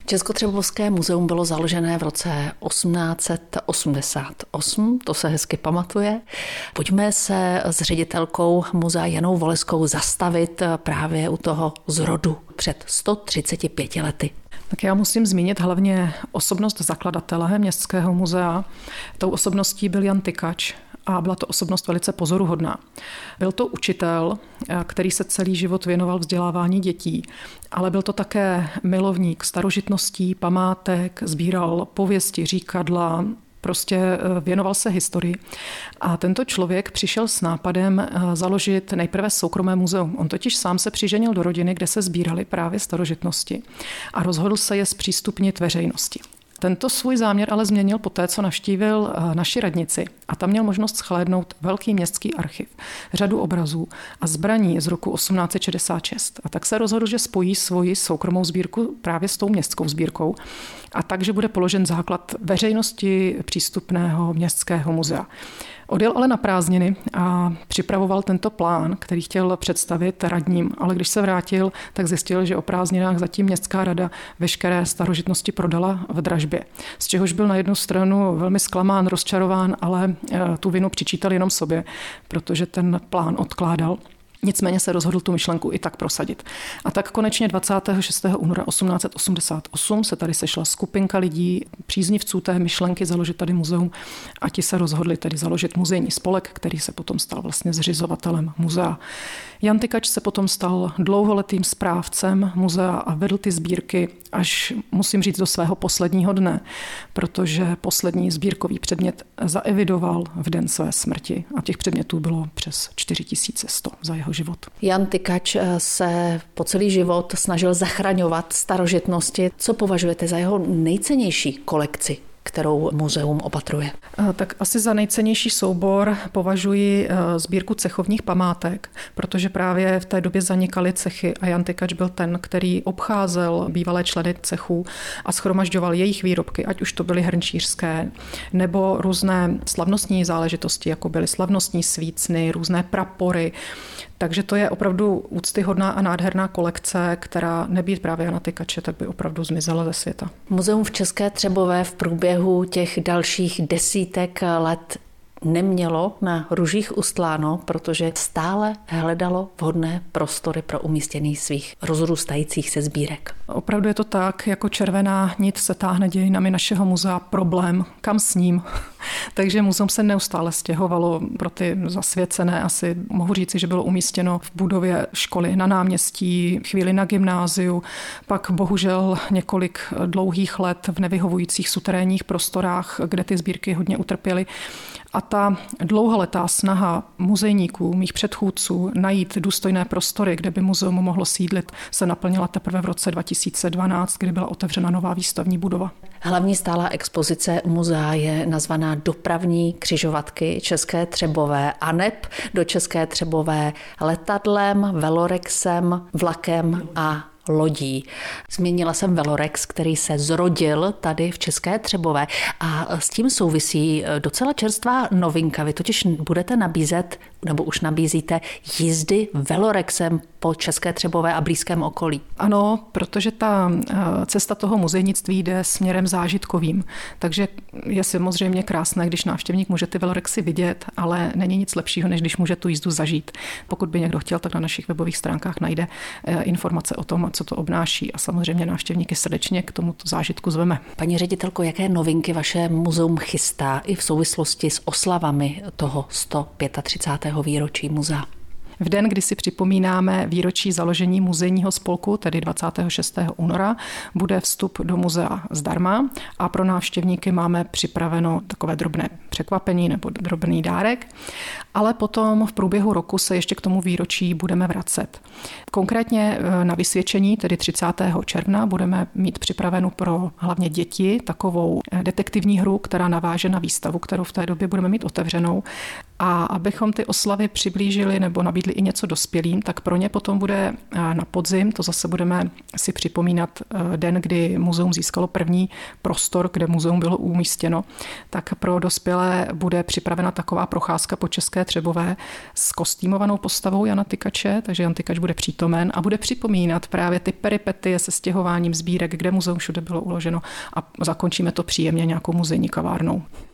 Českotřebovské muzeum bylo založené v roce 1888, to se hezky pamatuje. Pojďme se s ředitelkou muzea Janou Voleskou zastavit právě u toho zrodu před 135 lety. Tak já musím zmínit hlavně osobnost zakladatele Městského muzea. Tou osobností byl Jan Tykač a byla to osobnost velice pozoruhodná. Byl to učitel, který se celý život věnoval vzdělávání dětí, ale byl to také milovník starožitností, památek, sbíral pověsti, říkadla, prostě věnoval se historii. A tento člověk přišel s nápadem založit nejprve soukromé muzeum. On totiž sám se přiženil do rodiny, kde se sbíraly právě starožitnosti a rozhodl se je zpřístupnit veřejnosti. Tento svůj záměr ale změnil poté, co navštívil naši radnici a tam měl možnost shlédnout velký městský archiv, řadu obrazů a zbraní z roku 1866. A tak se rozhodl, že spojí svoji soukromou sbírku právě s tou městskou sbírkou a takže bude položen základ veřejnosti přístupného Městského muzea. Odjel ale na prázdniny a připravoval tento plán, který chtěl představit radním, ale když se vrátil, tak zjistil, že o prázdninách zatím Městská rada veškeré starožitnosti prodala v dražbě. Z čehož byl na jednu stranu velmi zklamán, rozčarován, ale tu vinu přičítal jenom sobě, protože ten plán odkládal. Nicméně se rozhodl tu myšlenku i tak prosadit. A tak konečně 26. února 1888 se tady sešla skupinka lidí, příznivců té myšlenky založit tady muzeum a ti se rozhodli tedy založit muzejní spolek, který se potom stal vlastně zřizovatelem muzea. Jan Tykač se potom stal dlouholetým správcem muzea a vedl ty sbírky až, musím říct, do svého posledního dne, protože poslední sbírkový předmět zaevidoval v den své smrti a těch předmětů bylo přes 4100 za jeho život. Jan Tykač se po celý život snažil zachraňovat starožitnosti. Co považujete za jeho nejcennější kolekci, kterou muzeum opatruje? Tak asi za nejcennější soubor považuji sbírku cechovních památek, protože právě v té době zanikaly cechy a Jan Tykač byl ten, který obcházel bývalé členy cechů a shromažďoval jejich výrobky, ať už to byly hrnčířské, nebo různé slavnostní záležitosti, jako byly slavnostní svícny, různé prapory. Takže to je opravdu úctyhodná a nádherná kolekce, která nebýt právě Jana Tykače, tak by opravdu zmizela ze světa. Muzeum v České Třebové v průběhu těch dalších desítek let nemělo na ružích ustláno, protože stále hledalo vhodné prostory pro umístění svých rozrůstajících se sbírek. Opravdu je to tak, jako červená nit se táhne dějinami našeho muzea problém, kam s ním. Takže muzeum se neustále stěhovalo pro ty zasvěcené. Asi mohu říci, že bylo umístěno v budově školy na náměstí, chvíli na gymnáziu, pak bohužel několik dlouhých let v nevyhovujících suterénních prostorách, kde ty sbírky hodně utrpěly. A ta dlouholetá snaha muzejníků, mých předchůdců, najít důstojné prostory, kde by muzeum mohlo sídlit, se naplnila teprve v roce 2012, kdy byla otevřena nová výstavní budova. Hlavní stálá expozice muzea je nazvaná Dopravní křižovatky České Třebové aneb do České Třebové letadlem, velorexem, vlakem a lodí. Zmínila jsem Velorex, který se zrodil tady v České Třebové a s tím souvisí docela čerstvá novinka. Vy totiž budete nabízet, nebo už nabízíte jízdy Velorexem po České Třebové a blízkém okolí. Ano, protože ta cesta toho muzejnictví jde směrem zážitkovým, takže je samozřejmě krásné, když návštěvník může ty Velorexy vidět, ale není nic lepšího, než když může tu jízdu zažít. Pokud by někdo chtěl, tak na našich webových stránkách najde informace o tom, co to obnáší a samozřejmě návštěvníky srdečně k tomuto zážitku zveme. Paní ředitelko, jaké novinky vaše muzeum chystá i v souvislosti s oslavami toho 135. výročí muzea? V den, kdy si připomínáme výročí založení muzejního spolku, tedy 26. února, bude vstup do muzea zdarma a pro návštěvníky máme připraveno takové drobné překvapení nebo drobný dárek, ale potom v průběhu roku se ještě k tomu výročí budeme vracet. Konkrétně na vysvědčení, tedy 30. června, budeme mít připravenu pro hlavně děti takovou detektivní hru, která naváže na výstavu, kterou v té době budeme mít otevřenou. A abychom ty oslavy přiblížili nebo nabídli i něco dospělým, tak pro ně potom bude na podzim, to zase budeme si připomínat den, kdy muzeum získalo první prostor, kde muzeum bylo umístěno, tak pro dospělé bude připravena taková procházka po České Třebové s kostýmovanou postavou Jana Tykače, takže Jan Tykač bude přítomen a bude připomínat právě ty peripetie se stěhováním sbírek, kde muzeum všude bylo uloženo a zakončíme to příjemně nějakou muzejní kavárnou.